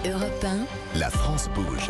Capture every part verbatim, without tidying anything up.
Europe un, La France bouge.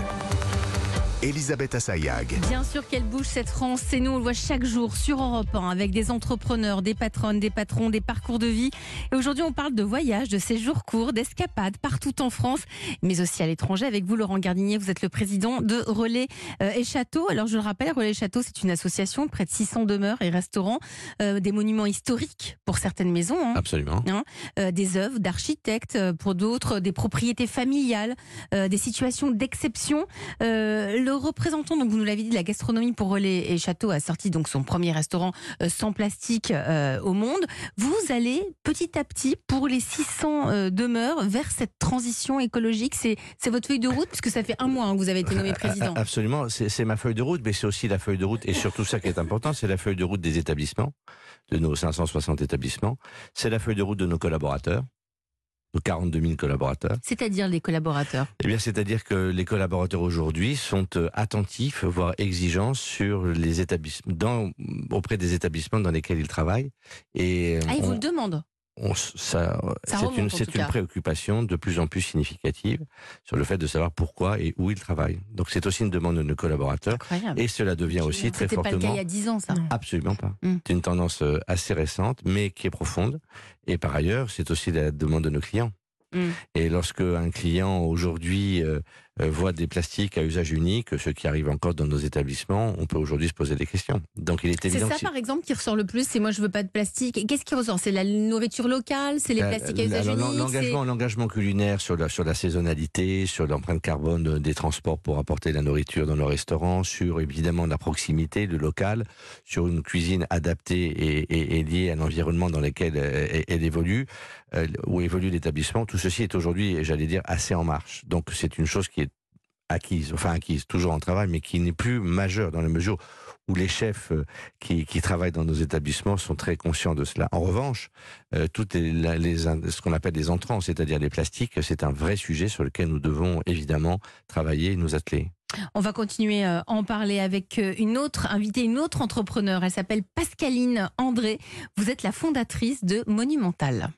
Elisabeth Assayag. Bien sûr qu'elle bouge cette France, c'est nous, on le voit chaque jour sur Europe un avec des entrepreneurs, des patronnes, des patrons, des parcours de vie. Et aujourd'hui on parle de voyages, de séjours courts, d'escapades partout en France, mais aussi à l'étranger. Avec vous Laurent Gardinier, vous êtes le président de Relais euh, et Châteaux. Alors je le rappelle, Relais et Châteaux, c'est une association de près de six cents demeures et restaurants, euh, des monuments historiques pour certaines maisons. Hein, Absolument. hein, euh, des œuvres d'architectes euh, pour d'autres, des propriétés familiales, euh, des situations d'exception. Euh, le représentant, donc vous nous l'avez dit, de la gastronomie pour Relais et Châteaux a sorti donc son premier restaurant euh, sans plastique euh, au monde. Vous allez petit à petit pour les six cents euh, demeures vers cette transition écologique. C'est, c'est votre feuille de route puisque ça fait un mois hein, que vous avez été nommé président. Absolument, c'est, c'est ma feuille de route, mais c'est aussi la feuille de route, et surtout ça qui est important, c'est la feuille de route des établissements, de nos cinq cent soixante établissements. C'est la feuille de route de nos collaborateurs. Nos quarante-deux mille collaborateurs. C'est-à-dire les collaborateurs? Eh bien, c'est-à-dire que les collaborateurs aujourd'hui sont euh, attentifs, voire exigeants sur les établissements, dans, auprès des établissements dans lesquels ils travaillent. Et Ah, ils on, vous le demandent? on, ça, Ça c'est remonte, une, en c'est tout une cas. préoccupation de plus en plus significative sur le fait de savoir pourquoi et où ils travaillent. Donc, c'est aussi une demande de nos collaborateurs. Incroyable. Et cela devient aussi très C'était pas fortement... le cas il y a dix ans, ça. Absolument pas. Mm. C'est une tendance euh, assez récente, mais qui est profonde. Et par ailleurs, c'est aussi la demande de nos clients. Mm. Et lorsque un client aujourd'hui euh, euh, voit des plastiques à usage unique, ceux qui arrivent encore dans nos établissements, on peut aujourd'hui se poser des questions. Donc il est C'est évident ça, que si- par exemple, qui ressort le plus. C'est moi, je veux pas de plastique. Et qu'est-ce qui ressort? C'est la nourriture locale, c'est les la- plastiques à la- usage la- unique. l'engagement, l'engagement culinaire sur la, sur la saisonnalité, sur l'empreinte carbone des transports pour apporter la nourriture dans nos restaurants, sur évidemment la proximité, le local, sur une cuisine adaptée et, et, et liée à l'environnement dans lequel elle, elle évolue, euh, où évolue l'établissement. Tout ceci est aujourd'hui, j'allais dire, assez en marche. Donc c'est une chose qui est acquise, enfin acquise, toujours en travail, mais qui n'est plus majeure dans la mesure où les chefs euh, qui, qui travaillent dans nos établissements sont très conscients de cela. En revanche, euh, toutes les, la- les, ce qu'on appelle les entrants, c'est-à-dire les plastiques, c'est un vrai sujet sur lequel nous devons évidemment travailler et nous atteler. On va continuer à en parler avec une autre invitée, une autre entrepreneur. Elle s'appelle Pascaline André. Vous êtes la fondatrice de Monumental.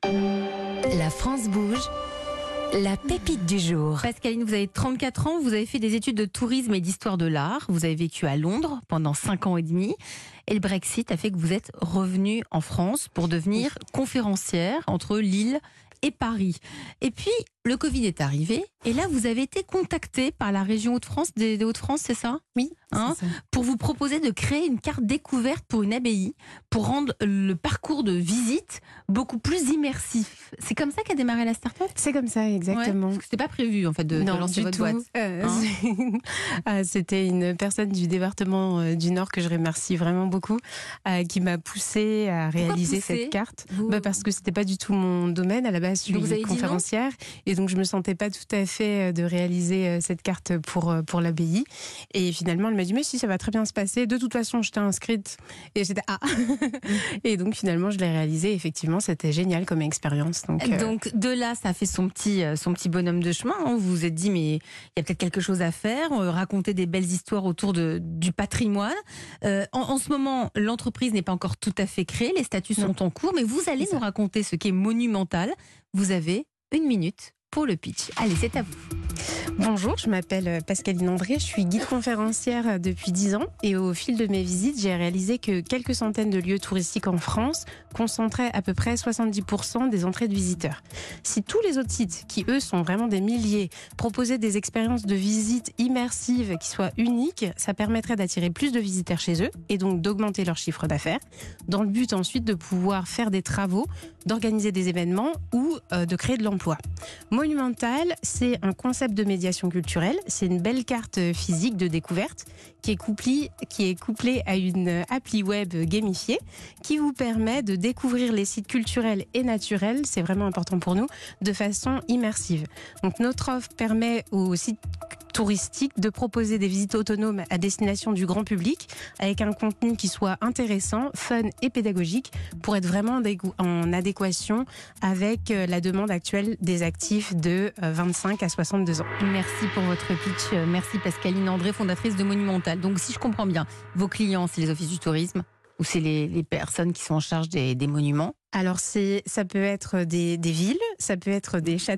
La France bouge. La pépite du jour. Pascaline, vous avez trente-quatre ans, vous avez fait des études de tourisme et d'histoire de l'art. Vous avez vécu à Londres pendant cinq ans et demi. Et le Brexit a fait que vous êtes revenue en France pour devenir conférencière entre Lille et Paris. Et puis, le Covid est arrivé. Et là, vous avez été contactée par la région Hauts-de-France, des, des Hauts-de-France, c'est ça? Oui, Hein, c'est ça. pour vous proposer de créer une carte découverte pour une abbaye, pour rendre le parcours de visite beaucoup plus immersif. C'est comme ça qu'a démarré la start-up? C'est comme ça, Ouais, exactement. parce que c'était pas prévu en fait de, de non, lancer du votre tout. boîte. Euh, Hein c'est- Ah, c'était une personne du département euh, du Nord que je remercie vraiment beaucoup, euh, qui m'a poussée à réaliser poussée cette carte. Vous- Bah, parce que c'était pas du tout mon domaine. À la base, je Donc vous avez suis dit non conférencière et donc je me sentais pas tout à fait euh, de réaliser euh, cette carte pour euh, pour l'abbaye. Et finalement, elle m'a dit mais si, ça va très bien se passer. De toute façon, j'étais inscrite et j'étais ah. Et donc finalement, je l'ai réalisé. Effectivement, c'était génial comme expérience. Donc, euh, Donc de là, ça a fait son petit, euh, son petit bonhomme de chemin. hein. Vous vous êtes dit, mais il y a peut-être quelque chose à faire, euh, raconter des belles histoires autour de, du patrimoine. Euh, en, en ce moment, l'entreprise n'est pas encore tout à fait créée, les statuts Non. sont en cours, mais vous allez C'est nous ça. raconter ce qui est monumental. Vous avez une minute pour le pitch. Allez, c'est à vous. Bonjour, je m'appelle Pascaline André, je suis guide conférencière depuis dix ans et au fil de mes visites, j'ai réalisé que quelques centaines de lieux touristiques en France concentraient à peu près soixante-dix pour cent des entrées de visiteurs. Si tous les autres sites, qui eux sont vraiment des milliers, proposaient des expériences de visite immersives qui soient uniques, ça permettrait d'attirer plus de visiteurs chez eux et donc d'augmenter leur chiffre d'affaires, dans le but ensuite de pouvoir faire des travaux, d'organiser des événements ou euh, de créer de l'emploi. Monumental, c'est un concept de médiation culturelle. C'est une belle carte physique de découverte qui est couplée, qui est couplée à une appli web gamifiée qui vous permet de découvrir les sites culturels et naturels, c'est vraiment important pour nous, de façon immersive. Donc notre offre permet aux sites touristiques de proposer des visites autonomes à destination du grand public avec un contenu qui soit intéressant, fun et pédagogique pour être vraiment en adéquation avec la demande actuelle des actifs de vingt-cinq à soixante-deux ans. Merci pour votre pitch. Euh, Merci Pascaline André, fondatrice de Monumental. Donc si je comprends bien, vos clients, c'est les offices du tourisme ou c'est les, les personnes qui sont en charge des, des monuments? Alors c'est, ça peut être des, des villes, ça peut être des châteaux,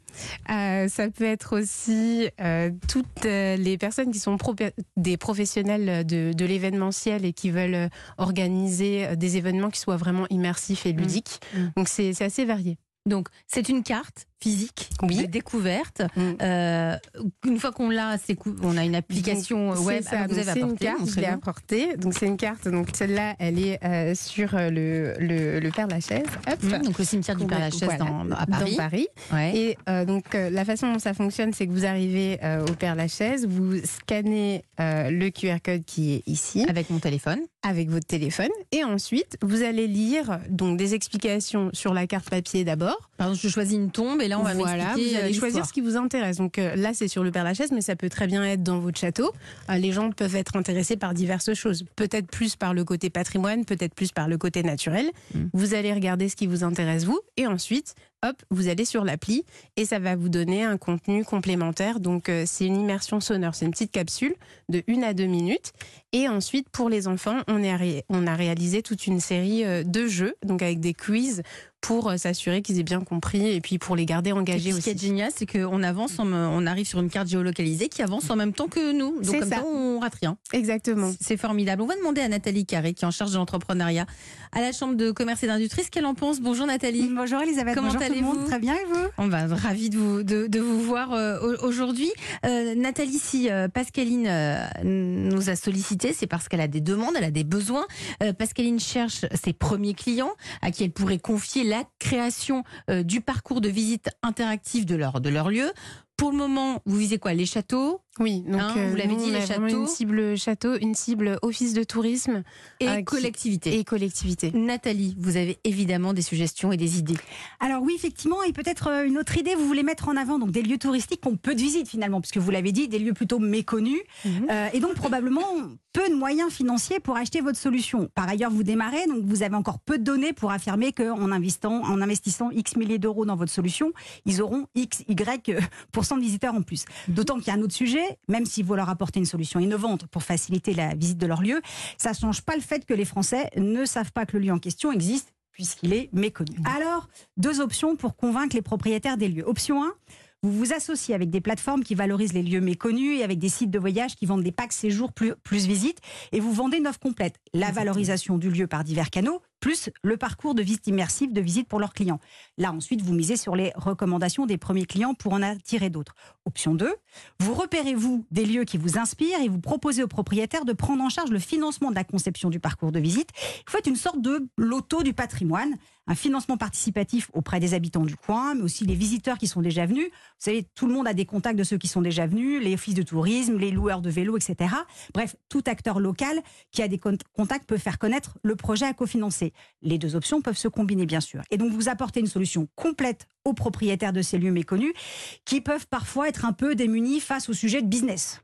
Euh, ça peut être aussi euh, toutes euh, les personnes qui sont pro- des professionnels de, de l'événementiel et qui veulent organiser euh, des événements qui soient vraiment immersifs et ludiques. Mmh. Donc c'est, c'est assez varié. Donc, c'est une carte physique Oui. de découverte. Mm. Euh, une fois qu'on l'a, c'est cou- on a une application Donc, web c'est ça. que vous Donc, avez c'est une apportée. carte, je l'ai montrez-nous. apportée. Donc c'est une carte. Donc celle-là, elle est euh, sur le, le, le Père Lachaise. Hop. Mmh, donc le cimetière du Qu'on Père a- Lachaise voilà, dans, dans- à Paris. Dans Paris. Ouais. Et euh, donc euh, la façon dont ça fonctionne, c'est que vous arrivez euh, au Père Lachaise, vous scannez euh, le Q R code qui est ici Avec mon téléphone. avec votre téléphone, et ensuite vous allez lire donc des explications sur la carte papier d'abord. Par exemple, je choisis une tombe et là, on va Voilà, m'expliquer vous allez euh, choisir l'histoire. ce qui vous intéresse. Donc euh, là, c'est sur le Père Lachaise, mais ça peut très bien être dans votre château. Euh, les gens peuvent être intéressés par diverses choses. Peut-être plus par le côté patrimoine, peut-être plus par le côté naturel. Mm. Vous allez regarder ce qui vous intéresse, vous, et ensuite, hop, vous allez sur l'appli et ça va vous donner un contenu complémentaire. Donc, euh, c'est une immersion sonore. C'est une petite capsule de une à deux minutes. Et ensuite, pour les enfants, on, est ré- on a réalisé toute une série euh, de jeux, donc avec des quiz pour euh, s'assurer qu'ils aient bien compris et puis pour les garder Et engagés puis, ce qui aussi. est génial, c'est qu'on avance, en- on arrive sur une carte géolocalisée qui avance en même temps que nous. Donc, C'est comme ça, ça. on rate rien. Exactement. C'est formidable. On va demander à Nathalie Carré, qui est en charge de l'entrepreneuriat à la Chambre de commerce et d'industrie, ce qu'elle en pense. Bonjour Nathalie. Bonjour Elisabeth, Comment bonjour tout le monde, allez-vous ? très bien et vous ? On va ravi de vous de, de vous voir euh, au- aujourd'hui. Euh, Nathalie, si euh, Pascaline euh, nous a sollicité, c'est parce qu'elle a des demandes, elle a des besoins. Euh, Pascaline cherche ses premiers clients à qui elle pourrait confier la création euh, du parcours de visite interactive de leur de leur lieu. Pour le moment, vous visez quoi ? Les châteaux Oui, donc Hein, euh, vous l'avez nous, dit, on les a vraiment châteaux. une cible château, une cible office de tourisme et euh, qui- collectivités. et collectivité. Nathalie, vous avez évidemment des suggestions et des idées. Alors oui, effectivement, et peut-être euh, une autre idée, vous voulez mettre en avant donc des lieux touristiques qui ont peu de visites finalement, puisque vous l'avez dit, des lieux plutôt méconnus, Mhm. euh, et donc probablement peu de moyens financiers pour acheter votre solution. Par ailleurs, vous démarrez, donc vous avez encore peu de données pour affirmer qu'en investissant, en investissant X milliers d'euros dans votre solution, ils auront X, Y pour cent de visiteurs en plus. D'autant qu'il y a un autre sujet, même si vous leur apportez une solution innovante pour faciliter la visite de leur lieu, ça ne change pas le fait que les Français ne savent pas que le lieu en question existe puisqu'il est méconnu. Alors, deux options pour convaincre les propriétaires des lieux. Option un, vous vous associez avec des plateformes qui valorisent les lieux méconnus et avec des sites de voyage qui vendent des packs séjours plus, plus visites et vous vendez une offre complète. La valorisation du lieu par divers canaux, plus le parcours de visite immersive de visite pour leurs clients. Là, ensuite, vous misez sur les recommandations des premiers clients pour en attirer d'autres. Option deux, vous repérez-vous des lieux qui vous inspirent et vous proposez aux propriétaires de prendre en charge le financement de la conception du parcours de visite. Vous faites une sorte de loto du patrimoine, un financement participatif auprès des habitants du coin, mais aussi les visiteurs qui sont déjà venus. Vous savez, tout le monde a des contacts de ceux qui sont déjà venus, les offices de tourisme, les loueurs de vélos, et cetera. Bref, tout acteur local qui a des contacts peut faire connaître le projet à cofinancer. Les deux options peuvent se combiner, bien sûr. Et donc, vous apportez une solution complète aux propriétaires de ces lieux méconnus qui peuvent parfois être un peu démunis face au sujet de business.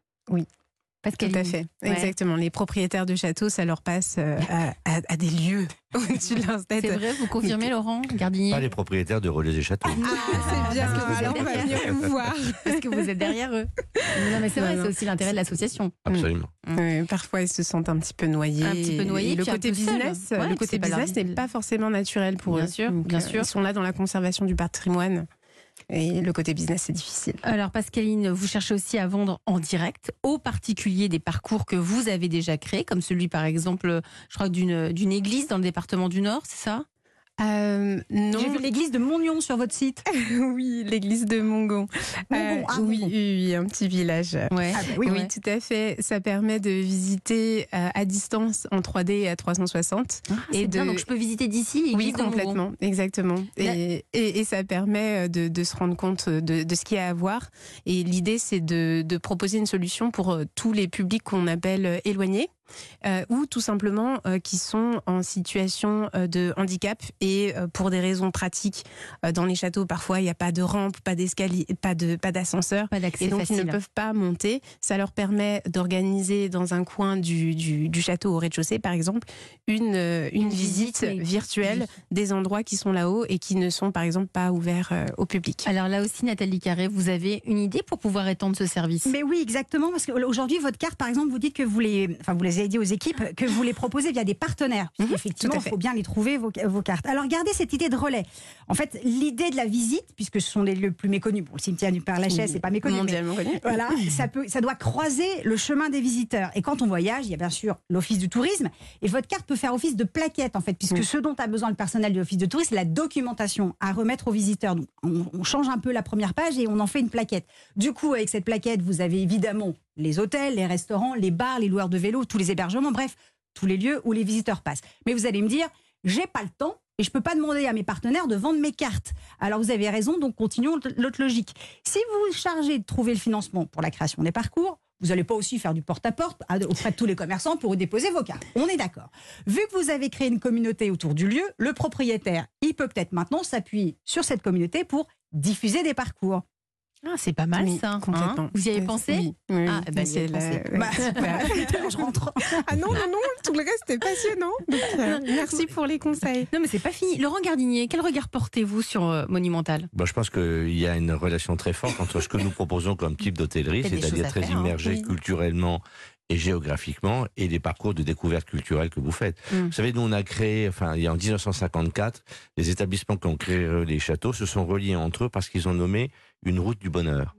Tout à fait, Ouais. exactement. Les propriétaires de châteaux, ça leur passe euh, à, à- à des lieux au-dessus de leur tête. C'est vrai, vous confirmez Laurent Gardinier? Pas les propriétaires de relais et châteaux. Ah, c'est bien, parce que vous alors êtes on va derrière. venir vous voir. Parce que vous êtes derrière eux. Non mais c'est vrai, Non, non. c'est aussi l'intérêt de l'association. Absolument. Ouais, parfois, ils se sentent un petit peu noyés. Un petit peu noyés, Et le puis un côté peu seuls. business, Ouais, le puis côté c'est pas leur business vie. n'est pas forcément naturel pour Bien eux. sûr, Donc, bien euh, sûr. Ils sont là dans la conservation du patrimoine. Et le côté business, c'est difficile. Alors Pascaline, vous cherchez aussi à vendre en direct aux particuliers des parcours que vous avez déjà créés, comme celui par exemple, je crois, d'une d'une église dans le département du Nord, c'est ça? Euh, non. J'ai vu l'église de Montnion sur votre site. Oui, l'église de Mongon. Mongon, ah, oui, Mongon. oui, oui, un petit village. Ouais. Ah bah oui, Oui, ouais. tout à fait. Ça permet de visiter euh, à distance en trois D et à trois cent soixante. Ah, c'est et bien, de- donc je peux visiter d'ici l'église Oui, de Mongon. complètement, exactement. Et, et, et ça permet de, de se rendre compte de, de ce qu'il y a à voir. Et l'idée, c'est de, de proposer une solution pour euh, tous les publics qu'on appelle euh, éloignés. Euh, ou tout simplement euh, qui sont en situation euh, de handicap et euh, pour des raisons pratiques euh, dans les châteaux parfois il n'y a pas de rampe, pas d'escalier, pas de pas d'ascenseur Pas d'accès et donc facile. ils ne peuvent pas monter. Ça leur permet d'organiser dans un coin du, du, du château au rez-de-chaussée par exemple une, euh, une, Une visite, visite, mais- virtuelle des endroits qui sont là-haut et qui ne sont par exemple pas ouverts euh, au public. Alors là aussi, Nathalie Carré, vous avez une idée pour pouvoir étendre ce service? Mais oui, exactement, parce qu'aujourd'hui, votre carte, par exemple, vous dites que vous les, enfin, vous les vous avez dit aux équipes que vous les proposez via des partenaires. Mmh, Effectivement, il faut bien les trouver, vos, vos cartes. Alors, gardez cette idée de relais. En fait, l'idée de la visite, puisque ce sont les lieux plus méconnus, bon, le cimetière du Père-Lachaise, c'est pas méconnu, mondialement mais connu. voilà, ça, peut, ça doit croiser le chemin des visiteurs. Et quand on voyage, il y a bien sûr l'office du tourisme, et votre carte peut faire office de plaquette, en fait, puisque Mmh. ce dont a besoin le personnel de l'office de tourisme, c'est la documentation à remettre aux visiteurs. Donc, on, on change un peu la première page et on en fait une plaquette. Du coup, avec cette plaquette, vous avez évidemment les hôtels, les restaurants, les bars, les loueurs de vélos, tous les hébergements, bref, tous les lieux où les visiteurs passent. Mais vous allez me dire, j'ai pas le temps et je peux pas demander à mes partenaires de vendre mes cartes. Alors vous avez raison, donc continuons l'autre logique. Si vous vous chargez de trouver le financement pour la création des parcours, vous n'allez pas aussi faire du porte-à-porte auprès de tous les commerçants pour déposer vos cartes. On est d'accord. Vu que vous avez créé une communauté autour du lieu, le propriétaire, il peut peut-être maintenant s'appuyer sur cette communauté pour diffuser des parcours. Ah, c'est pas mal Oui, ça. hein. complètement. Vous y avez Oui, pensé oui, oui, Ah, oui, bah, c'est y avez la- pensé. ouais, Bah, super. je rentre. Ah non, non, non, tout le reste était passionnant. Donc, euh, merci pour les conseils. Non, mais c'est pas fini. Laurent Gardinier, quel regard portez-vous sur euh, Monumental? Bon, je pense qu'il y a une relation très forte entre ce que nous proposons comme type d'hôtellerie, Il y a des c'est-à-dire choses à très faire, hein. immergé Oui. culturellement et géographiquement, et les parcours de découverte culturelle que vous faites. Mm. Vous savez, nous on a créé, enfin, il y a en dix-neuf cent cinquante-quatre, les établissements qui ont créé les châteaux se sont reliés entre eux parce qu'ils ont nommé une route du bonheur.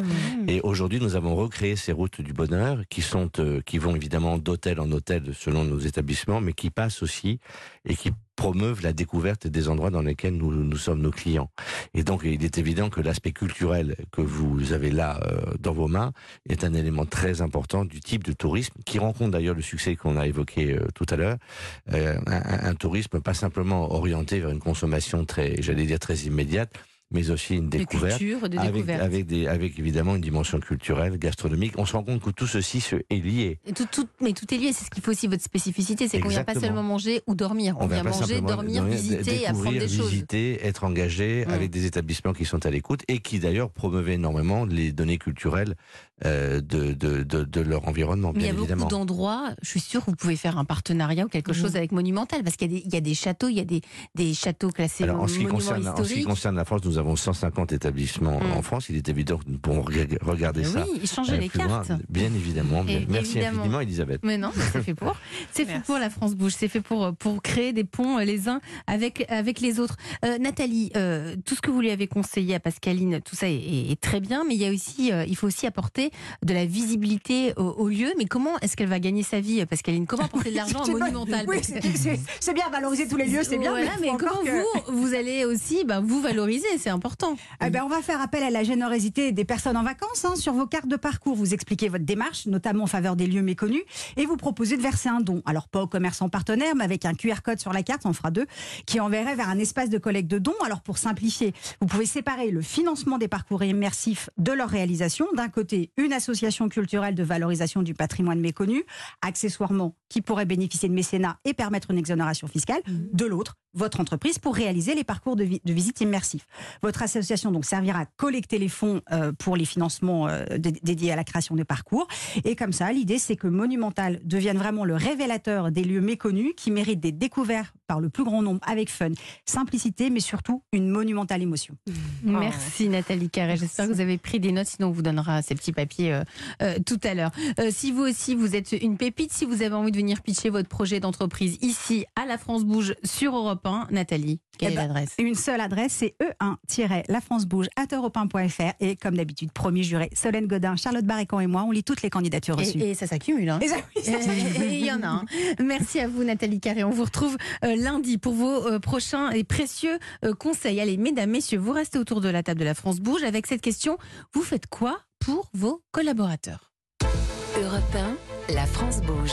Et aujourd'hui, nous avons recréé ces routes du bonheur qui sont, euh, qui vont évidemment d'hôtel en hôtel selon nos établissements, mais qui passent aussi et qui promeuvent la découverte des endroits dans lesquels nous, nous sommes nos clients. Et donc, il est évident que l'aspect culturel que vous avez là euh, dans vos mains est un élément très important du type de tourisme qui rencontre d'ailleurs le succès qu'on a évoqué euh, tout à l'heure. Euh, un, un tourisme pas simplement orienté vers une consommation très, j'allais dire très immédiate, mais aussi une De découverte. culture, de Avec, découverte. avec, des, avec évidemment une dimension culturelle, gastronomique. On se rend compte que tout ceci se, est lié. Et tout, tout, mais tout est lié, c'est ce qu'il faut aussi votre spécificité, c'est qu'on vient pas Exactement. seulement manger ou dormir, on, vient pas manger, simplement dormir, dormir, visiter et apprendre découvrir, des choses. visiter, être engagé Mm. avec des établissements qui sont à l'écoute et qui d'ailleurs promeuvaient énormément les données culturelles euh, de, de, de, de leur environnement, Mais il y bien a beaucoup évidemment. d'endroits, je suis sûre que vous pouvez faire un partenariat ou quelque chose avec Monumental, parce qu'il y a des, il y a des châteaux, il y a des, des châteaux classés Alors, en ce, qui monuments concerne, en ce qui historiques. concerne la France, nous avons cent cinquante établissements Mm. en France. Il est évident que nous pourrons reg- regarder Mais ça. oui, échanger euh, les plus loin. cartes. Bien évidemment. Et Merci évidemment. infiniment, Elisabeth. Mais non, mais c'est fait pour. C'est fait Merci. pour la France Bouge. C'est fait pour pour créer des ponts euh, les uns avec avec les autres. Euh, Nathalie, euh, tout ce que vous lui avez conseillé à Pascaline, tout ça est, est- est très bien, mais il y a aussi, euh, il faut aussi apporter de la visibilité au, au lieu. Mais comment est-ce qu'elle va gagner sa vie, Pascaline? Comment apporter de l'argent à C'est pas- Monumental? Oui, c'est- c'est c'est bien valoriser tous les lieux, c'est bien. Voilà, il mais faut comment encore que- vous vous allez aussi, bah, vous valoriser, c'est important. Eh ben, on va faire appel à la générosité des personnes en vacances. hein. Sur vos cartes de parcours, vous expliquez votre démarche, notamment en faveur des lieux méconnus, et vous proposez de verser un don. Alors, pas aux commerçants partenaires, mais avec un Q R code sur la carte, on fera deux, qui enverrait vers un espace de collecte de dons. Alors, pour simplifier, vous pouvez séparer le financement des parcours immersifs de leur réalisation. D'un côté, une association culturelle de valorisation du patrimoine méconnu, accessoirement, qui pourrait bénéficier de mécénat et permettre une exonération fiscale. De l'autre, votre entreprise pour réaliser les parcours de, vi- de visite immersifs. Votre association donc servira à collecter les fonds euh, pour les financements euh, dé- dédiés à la création des parcours. Et comme ça, l'idée c'est que Monumental devienne vraiment le révélateur des lieux méconnus qui méritent d'être découverts par le plus grand nombre avec fun, simplicité, mais surtout une monumentale émotion. Merci Nathalie Carré. J'espère que vous avez pris des notes, sinon on vous donnera ces petits papiers euh, euh, tout à l'heure. Euh, si vous aussi vous êtes une pépite, si vous avez envie de venir pitcher votre projet d'entreprise ici à la France Bouge sur Europe un, Nathalie, quelle Eh est ben, l'adresse? Une seule adresse, c'est e un la france bouge arobase europe un point f r. Et comme d'habitude, promis juré, Solène Godin, Charlotte Barrécan et moi, on lit toutes les candidatures reçues. Et, et ça s'accumule. Hein. Et ça, oui, ça, Et et il y en a un. Merci à vous Nathalie Carré. On vous retrouve euh, lundi pour vos euh, prochains et précieux euh, conseils. Allez, mesdames, messieurs, vous restez autour de la table de la France Bouge avec cette question. Vous faites quoi pour vos collaborateurs? Europe un, la France bouge.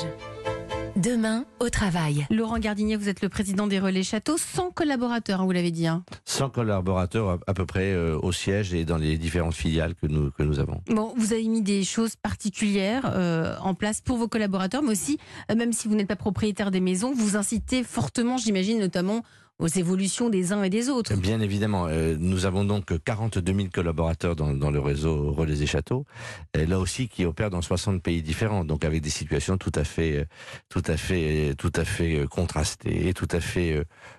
Demain, au travail. Laurent Gardinier, vous êtes le président des Relais Châteaux, cent collaborateurs, hein, vous l'avez dit. Hein. cent collaborateurs à, à peu près euh, au siège et dans les différentes filiales que nous, que nous avons. Bon, vous avez mis des choses particulières euh, en place pour vos collaborateurs, mais aussi, euh, même si vous n'êtes pas propriétaire des maisons, vous incitez fortement, j'imagine, notamment aux évolutions des uns et des autres. Bien évidemment, euh, nous avons donc quarante-deux mille collaborateurs dans, dans le réseau Relais et Châteaux, et là aussi qui opèrent dans soixante pays différents, donc avec des situations tout à fait, euh, tout à fait, tout à fait euh, contrastées, et tout à fait euh,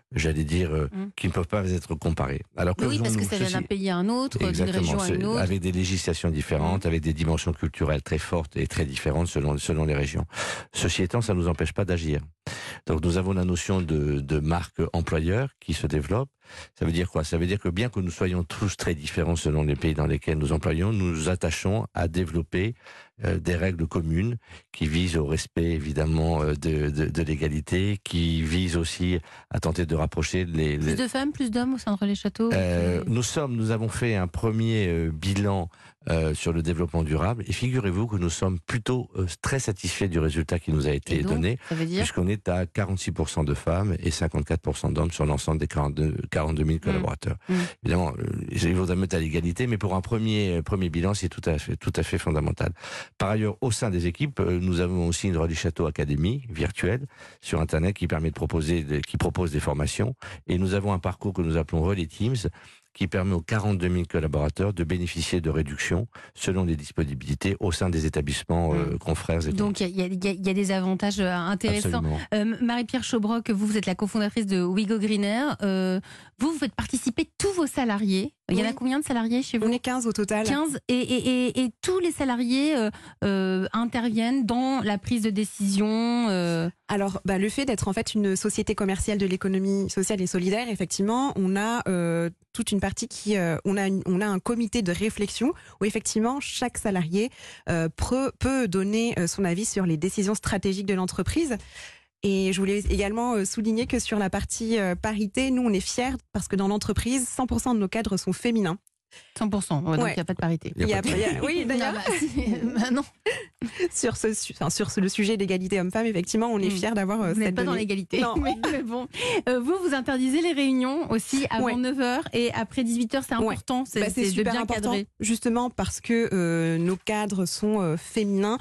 j'allais dire, euh, Mm. qui ne peuvent pas être comparés. Alors que Oui, parce que faisons-nous ça vient ceci- d'un pays à un autre, d'une Exactement, région à c'est- une autre. avec des législations différentes, avec des dimensions culturelles très fortes et très différentes selon, selon les régions. Ceci étant, ça ne nous empêche pas d'agir. Donc nous avons la notion de, de marque employeur qui se développe. Ça veut dire quoi? Ça veut dire que bien que nous soyons tous très différents selon les pays dans lesquels nous employons, nous nous attachons à développer euh, des règles communes qui visent au respect évidemment euh, de, de, de l'égalité, qui visent aussi à tenter de rapprocher les, les, Plus de femmes, plus d'hommes au sein de Relais Château. euh, nous sommes, nous avons fait un premier euh, bilan euh, sur le développement durable et figurez-vous que nous sommes plutôt euh, très satisfaits du résultat qui nous a été Et donc, donné, ça veut dire puisqu'on est à quarante-six pour cent de femmes et cinquante-quatre pour cent d'hommes sur l'ensemble des quarante-deux, quarante-deux mille collaborateurs. Mmh. Évidemment, euh, il faudrait mettre à l'égalité, mais pour un premier premier bilan, c'est tout à fait tout à fait fondamental. Par ailleurs, au sein des équipes, euh, nous avons aussi une Relais Château Académie virtuelle sur Internet qui permet de proposer, de- qui propose des formations, et nous avons un parcours que nous appelons Relais Teams, qui permet aux quarante-deux mille collaborateurs de bénéficier de réductions selon les disponibilités au sein des établissements euh, Mmh. confrères et Donc il y, a- il y a- il y a des avantages euh, intéressants. Absolument. Euh, Marie-Pierre Chaubroc, vous, vous êtes la cofondatrice de WeGo Greener. Euh, vous, vous faites participer tous vos salariés. Il y en a Oui. combien de salariés chez vous? On est quinze au total. quinze et, et, et, et tous les salariés euh, euh, interviennent dans la prise de décision. euh, Alors, bah, le fait d'être en fait une société commerciale de l'économie sociale et solidaire, effectivement, on a euh, toute une partie qui, euh, on a, une- on a un comité de réflexion où effectivement chaque salarié euh, peut, peut donner euh, son avis sur les décisions stratégiques de l'entreprise. Et je voulais également euh, souligner que sur la partie euh, parité, nous on est fiers parce que dans l'entreprise, cent pour cent de nos cadres sont féminins. cent pour cent. Ouais, donc il Ouais. n'y a pas de parité. Il y a pas de- il y a- oui, d'ailleurs. Ah bah, si, bah non, sur ce, su- enfin, sur ce- le sujet d'égalité homme-femme, effectivement, on est Mm. fiers d'avoir euh, vous n'êtes cette pas dans donnée. l'égalité. Non. mais, mais bon. Euh, vous, vous interdisez les réunions aussi avant Ouais. neuf heures et après dix-huit heures, c'est Ouais. important. C'est Bah, c'est c'est de super bien important, cadrer. justement parce que euh, nos cadres sont euh, féminins.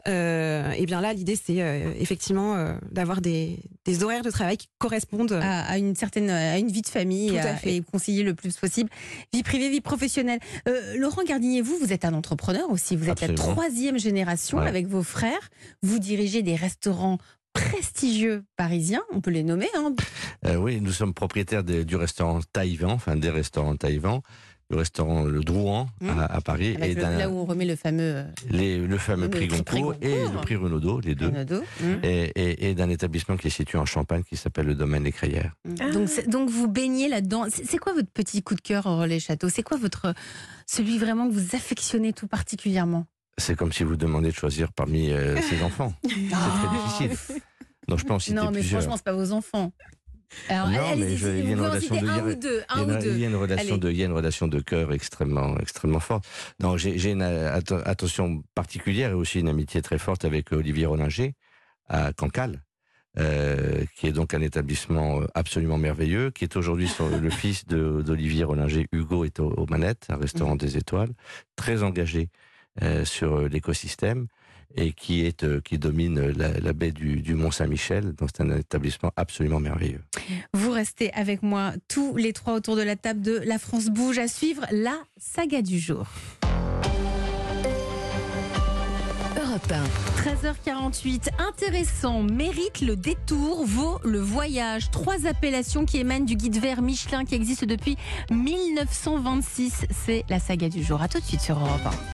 Euh, et bien là, l'idée, c'est euh, effectivement euh, d'avoir des, des horaires de travail qui correspondent. À, à une certaine, à une vie de famille Tout et, à à- fait. et concilier le plus possible vie privée, vie professionnelle. Euh, Laurent Gardinier, vous, vous êtes un entrepreneur aussi. Vous êtes Absolument. la troisième génération Ouais. avec vos frères. Vous dirigez des restaurants prestigieux parisiens, on peut les nommer. Hein. Euh, oui, nous sommes propriétaires des- du restaurant Taïwan, enfin des restaurants Taïwan, le restaurant Le Drouan Mmh. à, à Paris, Avec et le- d'un- là où on remet le fameux euh, les- le fameux le prix prix Goncourt et Goncourt. le prix Renaudot, les deux. Renaudot. Mmh. Et, et- et d'un établissement qui est situé en Champagne qui s'appelle le Domaine des Crayères. Mmh. Donc, c'est- donc vous baignez là-dedans. C'est c'est quoi votre petit coup de cœur au Relais Château? C'est quoi votre celui vraiment que vous affectionnez tout particulièrement? C'est comme si vous demandez de choisir parmi euh, ses enfants. C'est très difficile. Donc je peux en citer Non, mais plusieurs. franchement, c'est pas vos enfants. Alors, Non, allez-y, mais je- si il y a vous une pouvez en relation citer de un hier- ou deux, Il un y, ou a, il deux. y a une relation Allez. de, il y a une relation de cœur extrêmement, extrêmement forte. Non, j'ai j'ai une atte- attention particulière et aussi une amitié très forte avec Olivier Rollinger à Cancale, euh, qui est donc un établissement absolument merveilleux, qui est aujourd'hui son- le fils de- d'Olivier Rollinger. Hugo est aux, aux manettes, un restaurant des étoiles, très engagé euh, sur l'écosystème et qui est euh, qui domine la, la baie du, du Mont Saint-Michel. Donc c'est un établissement absolument merveilleux. Vous restez avec moi tous les trois autour de la table de La France Bouge à suivre la saga du jour. Europe un. treize heures quarante-huit, intéressant, mérite le détour, vaut le voyage. Trois appellations qui émanent du guide vert Michelin qui existe depuis mille neuf cent vingt-six. C'est la saga du jour. À tout de suite sur Europe un.